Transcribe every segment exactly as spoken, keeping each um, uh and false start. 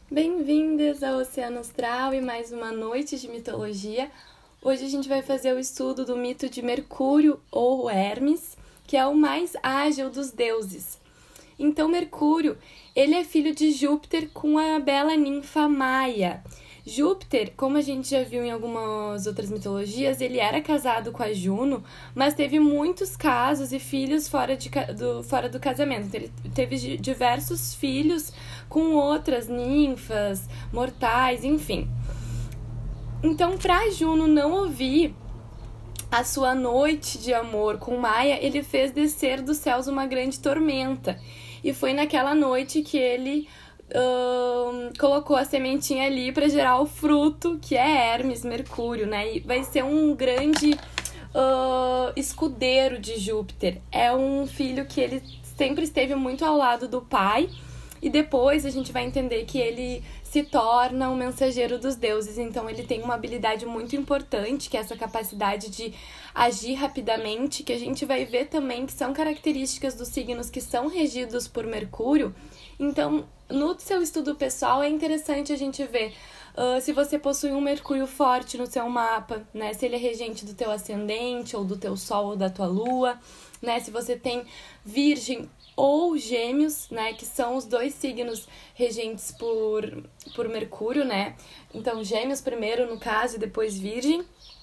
Bem-vindas ao Oceano Astral e mais uma noite de mitologia. Hoje a gente vai fazer o estudo do mito de Mercúrio ou Hermes, que é o mais ágil dos deuses. Então Mercúrio, ele é filho de Júpiter com a bela ninfa Maia. Júpiter, como a gente já viu em algumas outras mitologias, ele era casado com a Juno, mas teve muitos casos e filhos fora, de, do, fora do casamento. Então, ele teve diversos filhos com outras ninfas, mortais, enfim. Então, para Juno não ouvir a sua noite de amor com Maia, ele fez descer dos céus uma grande tormenta. E foi naquela noite que ele Uh, colocou a sementinha ali para gerar o fruto, que é Hermes, Mercúrio, né? E vai ser um grande uh, escudeiro de Júpiter. É um filho que ele sempre esteve muito ao lado do pai, e depois a gente vai entender que ele se torna um mensageiro dos deuses. Então ele tem uma habilidade muito importante, que é essa capacidade de agir rapidamente, que a gente vai ver também que são características dos signos que são regidos por Mercúrio. Então, no seu estudo pessoal, é interessante a gente ver uh, se você possui um Mercúrio forte no seu mapa, né? Se ele é regente do teu ascendente, ou do teu Sol, ou da tua Lua, né? Se você tem Virgem ou Gêmeos, né? Que são os dois signos regentes por, por Mercúrio, né? Então, Gêmeos primeiro, no caso, e depois Virgem.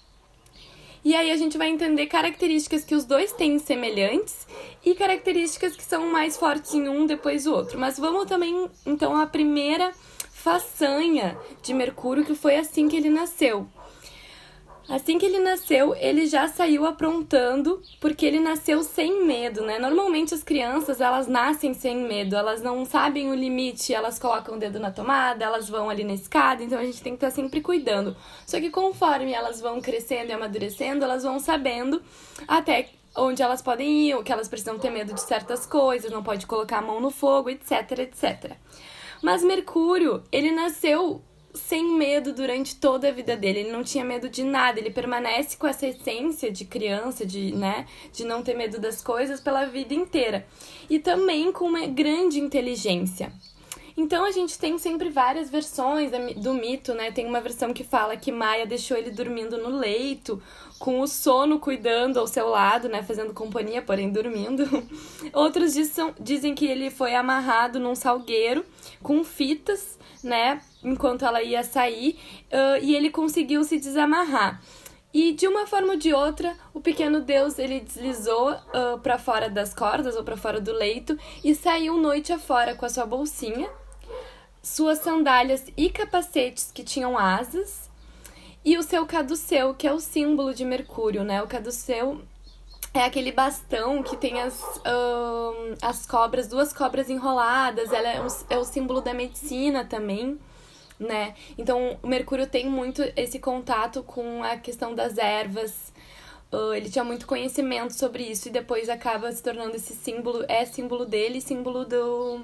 E aí a gente vai entender características que os dois têm semelhantes e características que são mais fortes em um depois do outro. Mas vamos também, então, à primeira façanha de Mercúrio, que foi assim que ele nasceu. Assim que ele nasceu, ele já saiu aprontando, porque ele nasceu sem medo, né? Normalmente as crianças, elas nascem sem medo, elas não sabem o limite, elas colocam o dedo na tomada, elas vão ali na escada, então a gente tem que estar sempre cuidando. Só que conforme elas vão crescendo e amadurecendo, elas vão sabendo até onde elas podem ir, que elas precisam ter medo de certas coisas, não pode colocar a mão no fogo, etc, etcétera. Mas Mercúrio, ele nasceu sem medo durante toda a vida dele, ele não tinha medo de nada, ele permanece com essa essência de criança, de, né, de não ter medo das coisas pela vida inteira. E também com uma grande inteligência. Então a gente tem sempre várias versões do mito, né? Tem uma versão que fala que Maia deixou ele dormindo no leito, com o sono cuidando ao seu lado, né? Fazendo companhia, porém dormindo. Outros dizem que ele foi amarrado num salgueiro com fitas, né? Enquanto ela ia sair, uh, e ele conseguiu se desamarrar. E de uma forma ou de outra, o pequeno deus ele deslizou uh, para fora das cordas ou para fora do leito e saiu noite afora com a sua bolsinha, suas sandálias e capacetes que tinham asas e o seu caduceu, que é o símbolo de Mercúrio, né? O caduceu é aquele bastão que tem as, uh, as cobras, duas cobras enroladas, ela é, um, é o símbolo da medicina também, né? Então, o Mercúrio tem muito esse contato com a questão das ervas, uh, ele tinha muito conhecimento sobre isso e depois acaba se tornando esse símbolo, é símbolo dele, símbolo do,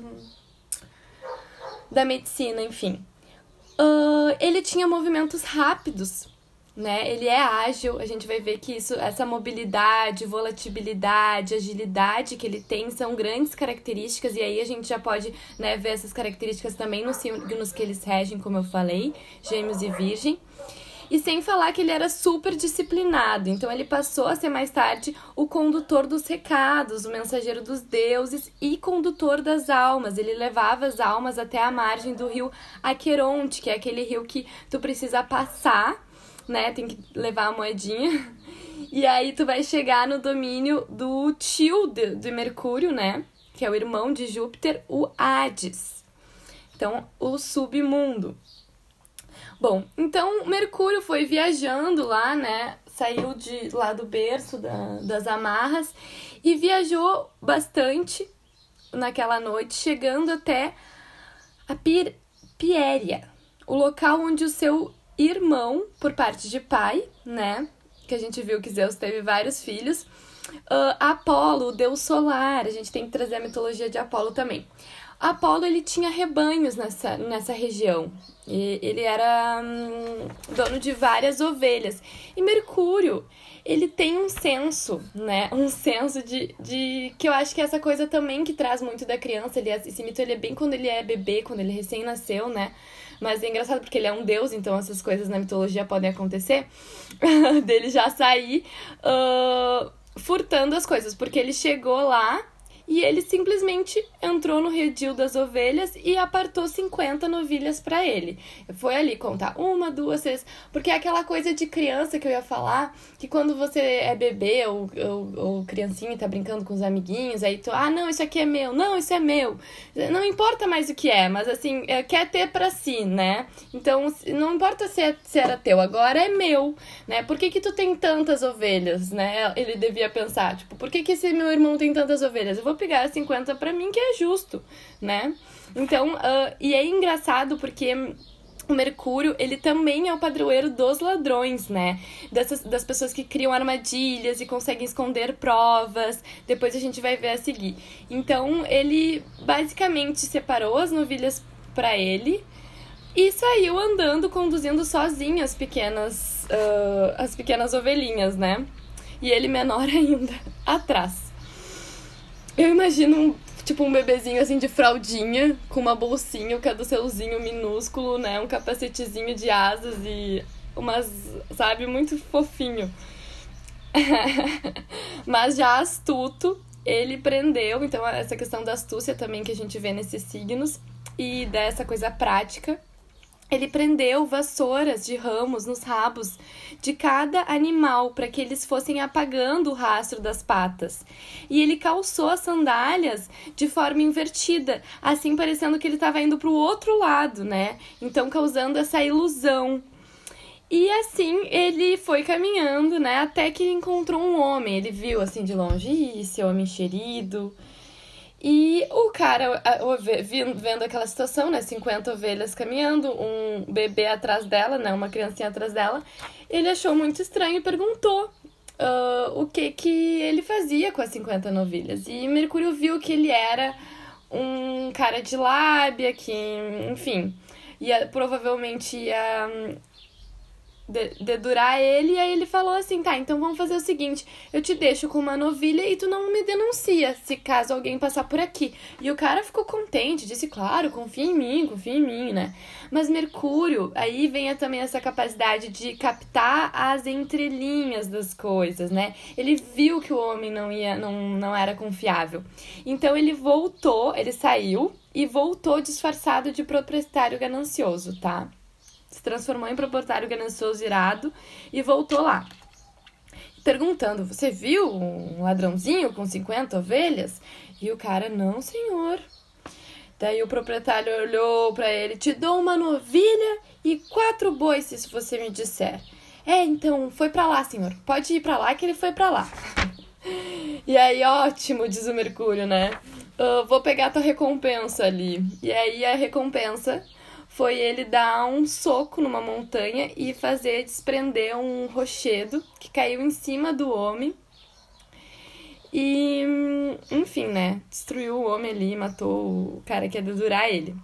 da medicina, enfim. Uh, ele tinha movimentos rápidos, né? Ele é ágil, a gente vai ver que isso, essa mobilidade, volatilidade, agilidade que ele tem são grandes características, e aí a gente já pode, né, ver essas características também nos signos que eles regem, como eu falei, Gêmeos e Virgem. E sem falar que ele era super disciplinado, então ele passou a ser mais tarde o condutor dos recados, o mensageiro dos deuses e condutor das almas. Ele levava as almas até a margem do rio Aqueronte, que é aquele rio que tu precisa passar, né? Tem que levar a moedinha. E aí tu vai chegar no domínio do tio de, de Mercúrio, né? Que é o irmão de Júpiter, o Hades. Então, o submundo. Bom, então Mercúrio foi viajando lá, né? Saiu de lá do berço da, das amarras e viajou bastante naquela noite, chegando até a Pir- Piéria, o local onde o seu irmão, por parte de pai, né? Que a gente viu que Zeus teve vários filhos. Uh, Apolo, o deus solar, a gente tem que trazer a mitologia de Apolo também. Apolo, ele tinha rebanhos nessa, nessa região. E ele era hum, dono de várias ovelhas. E Mercúrio, ele tem um senso, né? Um senso de, de... que eu acho que é essa coisa também que traz muito da criança. Ele, esse mito, ele é bem quando ele é bebê, quando ele recém-nasceu, né? Mas é engraçado porque ele é um deus, então essas coisas na mitologia podem acontecer. Dele já sair uh, furtando as coisas. Porque ele chegou lá e ele simplesmente entrou no redil das ovelhas e apartou cinquenta novilhas pra ele. Foi ali contar uma, duas, três... Porque é aquela coisa de criança que eu ia falar, que quando você é bebê ou, ou, ou criancinha e tá brincando com os amiguinhos, aí tu, ah, não, isso aqui é meu, não, isso é meu. Não importa mais o que é, mas assim, quer ter pra si, né? Então, não importa se, é, se era teu, agora é meu, né? Por que que tu tem tantas ovelhas, né? Ele devia pensar, tipo, por que que esse meu irmão tem tantas ovelhas? Eu vou pegar cinquenta pra mim, que é justo, né? Então, uh, e é engraçado porque o Mercúrio, ele também é o padroeiro dos ladrões, né? Dessas, das pessoas que criam armadilhas e conseguem esconder provas. Depois a gente vai ver a seguir. Então, ele basicamente separou as novilhas pra ele e saiu andando, conduzindo sozinho as pequenas, uh, as pequenas ovelhinhas, né? E ele menor ainda, atrás. Eu imagino, um, tipo, um bebezinho, assim, de fraldinha, com uma bolsinha, um caduceuzinho minúsculo, né? Um capacetezinho de asas e umas, sabe, muito fofinho. Mas já astuto, ele prendeu, então, essa questão da astúcia também que a gente vê nesses signos e dessa coisa prática. Ele prendeu vassouras de ramos nos rabos de cada animal para que eles fossem apagando o rastro das patas. E ele calçou as sandálias de forma invertida, assim parecendo que ele estava indo para o outro lado, né? Então causando essa ilusão. E assim ele foi caminhando, né? Até que ele encontrou um homem. Ele viu assim de longe, ih, esse homem enxerido. E o cara, vendo aquela situação, né, cinquenta ovelhas caminhando, um bebê atrás dela, né, uma criancinha atrás dela, ele achou muito estranho e perguntou uh, o que que ele fazia com as cinquenta novilhas. E Mercúrio viu que ele era um cara de lábia, que, enfim, ia, provavelmente ia dedurar ele, e aí ele falou assim, tá, então vamos fazer o seguinte, eu te deixo com uma novilha e tu não me denuncia se caso alguém passar por aqui. E o cara ficou contente, disse, claro, confia em mim, confia em mim, né? Mas Mercúrio, aí vem também essa capacidade de captar as entrelinhas das coisas, né? Ele viu que o homem não ia, não, não era confiável. Então ele voltou, ele saiu e voltou disfarçado de proprietário ganancioso, tá? Se transformou em proprietário ganancioso irado e voltou lá, perguntando, você viu um ladrãozinho com cinquenta ovelhas? E o cara, não, senhor. Daí o proprietário olhou pra ele, te dou uma novilha e quatro bois, se você me disser. É, então, foi pra lá, senhor. Pode ir pra lá, que ele foi pra lá. E aí, ótimo, diz o Mercúrio, né? Uh, vou pegar tua recompensa ali. E aí a recompensa foi ele dar um soco numa montanha e fazer desprender um rochedo que caiu em cima do homem. E, enfim, né? Destruiu o homem ali, matou o cara que ia dedurar ele.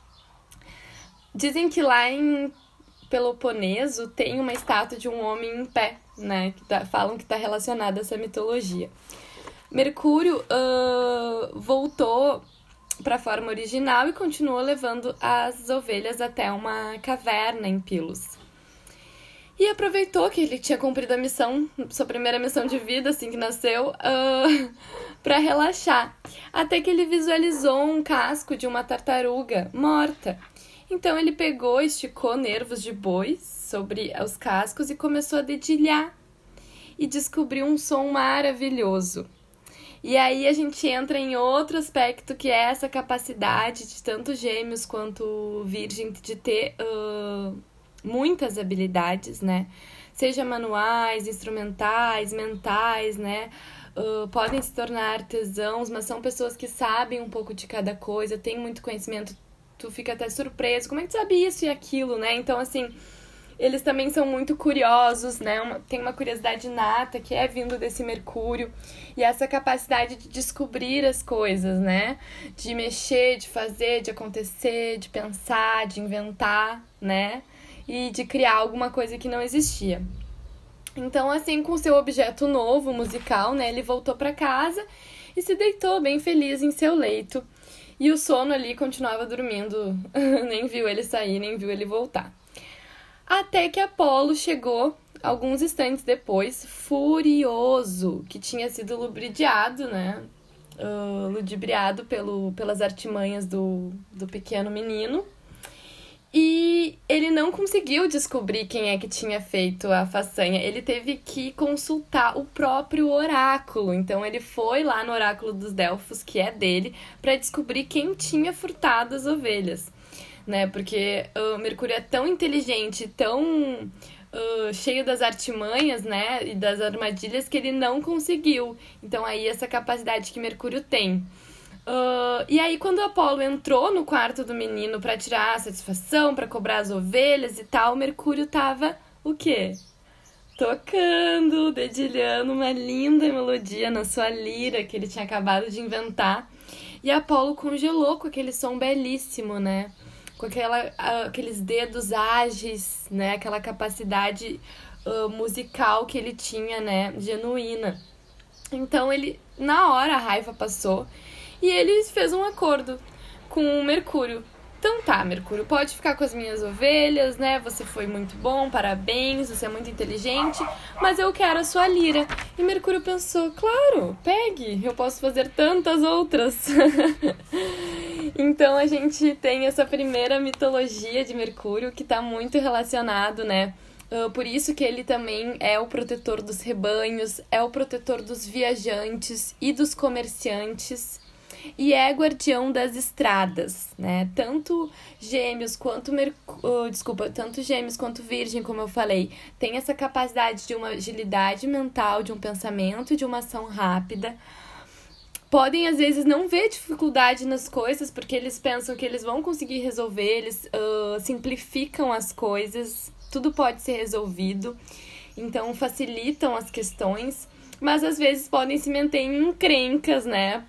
Dizem que lá em Peloponeso tem uma estátua de um homem em pé, né? Que tá, falam que está relacionada a essa mitologia. Mercúrio uh, voltou para a forma original e continuou levando as ovelhas até uma caverna em Pilos. E aproveitou que ele tinha cumprido a missão, sua primeira missão de vida, assim que nasceu, uh, para relaxar. Até que ele visualizou um casco de uma tartaruga morta. Então ele pegou, esticou nervos de bois sobre os cascos e começou a dedilhar. E descobriu um som maravilhoso. E aí a gente entra em outro aspecto, que é essa capacidade de tanto gêmeos quanto virgem de ter uh, muitas habilidades, né? Seja manuais, instrumentais, mentais, né? Uh, podem se tornar artesãos, mas são pessoas que sabem um pouco de cada coisa, têm muito conhecimento, tu fica até surpreso. Como é que tu sabe isso e aquilo, né? Então, assim, Eles também são muito curiosos, né? Uma, tem uma curiosidade inata que é vindo desse Mercúrio. E essa capacidade de descobrir as coisas, né? De mexer, de fazer, de acontecer, de pensar, de inventar, né? E de criar alguma coisa que não existia. Então, assim, com seu objeto novo, musical, né? Ele voltou para casa e se deitou bem feliz em seu leito. E o sono ali continuava dormindo. Nem viu ele sair, nem viu ele voltar. Até que Apolo chegou, alguns instantes depois, furioso, que tinha sido ludibriado, né? Uh, ludibriado pelo, pelas artimanhas do, do pequeno menino. E ele não conseguiu descobrir quem é que tinha feito a façanha. Ele teve que consultar o próprio oráculo. Então ele foi lá no oráculo dos Delfos, que é dele, para descobrir quem tinha furtado as ovelhas. Né? Porque o uh, Mercúrio é tão inteligente, tão uh, cheio das artimanhas, né? E das armadilhas que ele não conseguiu. Então aí essa capacidade que Mercúrio tem. Uh, e aí quando Apolo entrou no quarto do menino para tirar a satisfação, para cobrar as ovelhas e tal, Mercúrio tava o quê? Tocando, dedilhando uma linda melodia na sua lira que ele tinha acabado de inventar. E Apolo congelou com aquele som belíssimo, né? Com aquela, aqueles dedos ágeis, né? Aquela capacidade uh, musical que ele tinha, né? Genuína. Então, ele, na hora, a raiva passou e ele fez um acordo com o Mercúrio. Então tá, Mercúrio, pode ficar com as minhas ovelhas, né? Você foi muito bom, parabéns, você é muito inteligente, mas eu quero a sua lira. E Mercúrio pensou, claro, pegue, eu posso fazer tantas outras. Então a gente tem essa primeira mitologia de Mercúrio que tá muito relacionado, né? Uh, por isso que ele também é o protetor dos rebanhos, é o protetor dos viajantes e dos comerciantes. E é guardião das estradas, né? Tanto Gêmeos quanto Merc... oh, desculpa, tanto Gêmeos quanto Virgem, como eu falei, tem essa capacidade de uma agilidade mental, de um pensamento e de uma ação rápida. Podem, às vezes, não ver dificuldade nas coisas, porque eles pensam que eles vão conseguir resolver, eles uh, simplificam as coisas, tudo pode ser resolvido, então facilitam as questões, mas às vezes podem se manter em encrencas, né?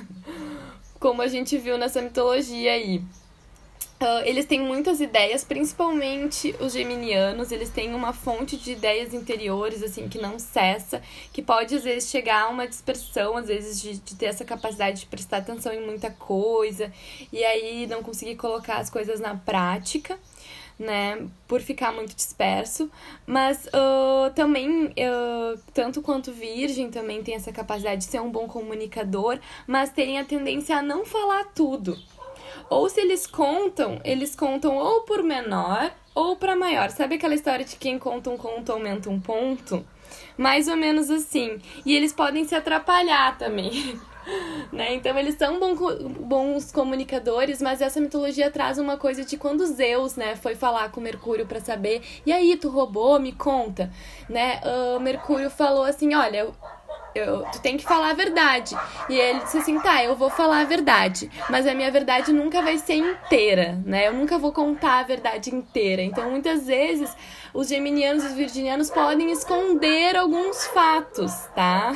Como a gente viu nessa mitologia aí. Uh, eles têm muitas ideias, principalmente os geminianos, eles têm uma fonte de ideias interiores, assim, que não cessa, que pode, às vezes, chegar a uma dispersão, às vezes, de, de ter essa capacidade de prestar atenção em muita coisa, e aí não conseguir colocar as coisas na prática, né, por ficar muito disperso, mas uh, também, uh, tanto quanto Virgem, também tem essa capacidade de ser um bom comunicador, mas tem a tendência a não falar tudo. Ou se eles contam, eles contam ou por menor ou para maior. Sabe aquela história de quem conta um conto aumenta um ponto? Mais ou menos assim. E eles podem se atrapalhar também. Né? Então eles são bons, bons comunicadores, mas essa mitologia traz uma coisa de quando Zeus, né, foi falar com Mercúrio para saber, e aí, tu roubou? Me conta. Né? Uh, Mercúrio falou assim, olha... Eu, Eu, tu tem que falar a verdade. E ele disse assim, tá, eu vou falar a verdade, mas a minha verdade nunca vai ser inteira, né? Eu nunca vou contar a verdade inteira. Então, muitas vezes, os geminianos e os virginianos podem esconder alguns fatos, tá?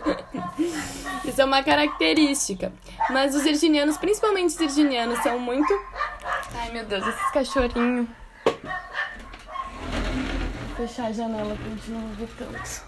Isso é uma característica. Mas os virginianos, principalmente os virginianos, são muito... Ai, meu Deus, esses cachorrinhos. Vou fechar a janela, continua gritando.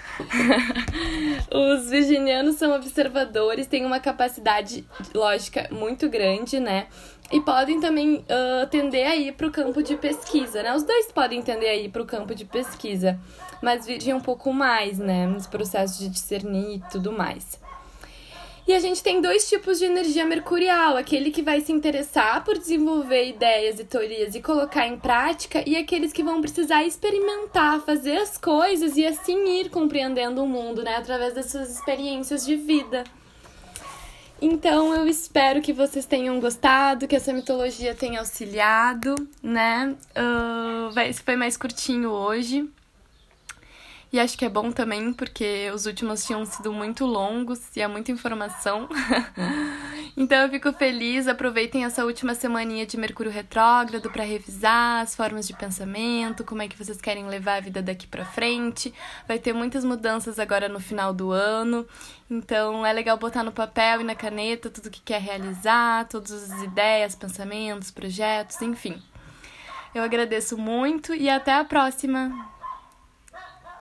Os virginianos são observadores, têm uma capacidade lógica muito grande, né? E podem também uh, tender a ir para o campo de pesquisa, né? Os dois podem tender a ir para o campo de pesquisa, mas Virgem um pouco mais, né? Nos processos de discernir e tudo mais. E a gente tem dois tipos de energia mercurial, aquele que vai se interessar por desenvolver ideias e teorias e colocar em prática, e aqueles que vão precisar experimentar, fazer as coisas e assim ir compreendendo o mundo, né, através das suas experiências de vida. Então eu espero que vocês tenham gostado, que essa mitologia tenha auxiliado, né, uh, vai, foi mais curtinho hoje. E acho que é bom também, porque os últimos tinham sido muito longos e é muita informação. Então eu fico feliz, aproveitem essa última semaninha de Mercúrio retrógrado para revisar as formas de pensamento, como é que vocês querem levar a vida daqui para frente. Vai ter muitas mudanças agora no final do ano, então é legal botar no papel e na caneta tudo que quer realizar, todas as ideias, pensamentos, projetos, enfim. Eu agradeço muito e até a próxima!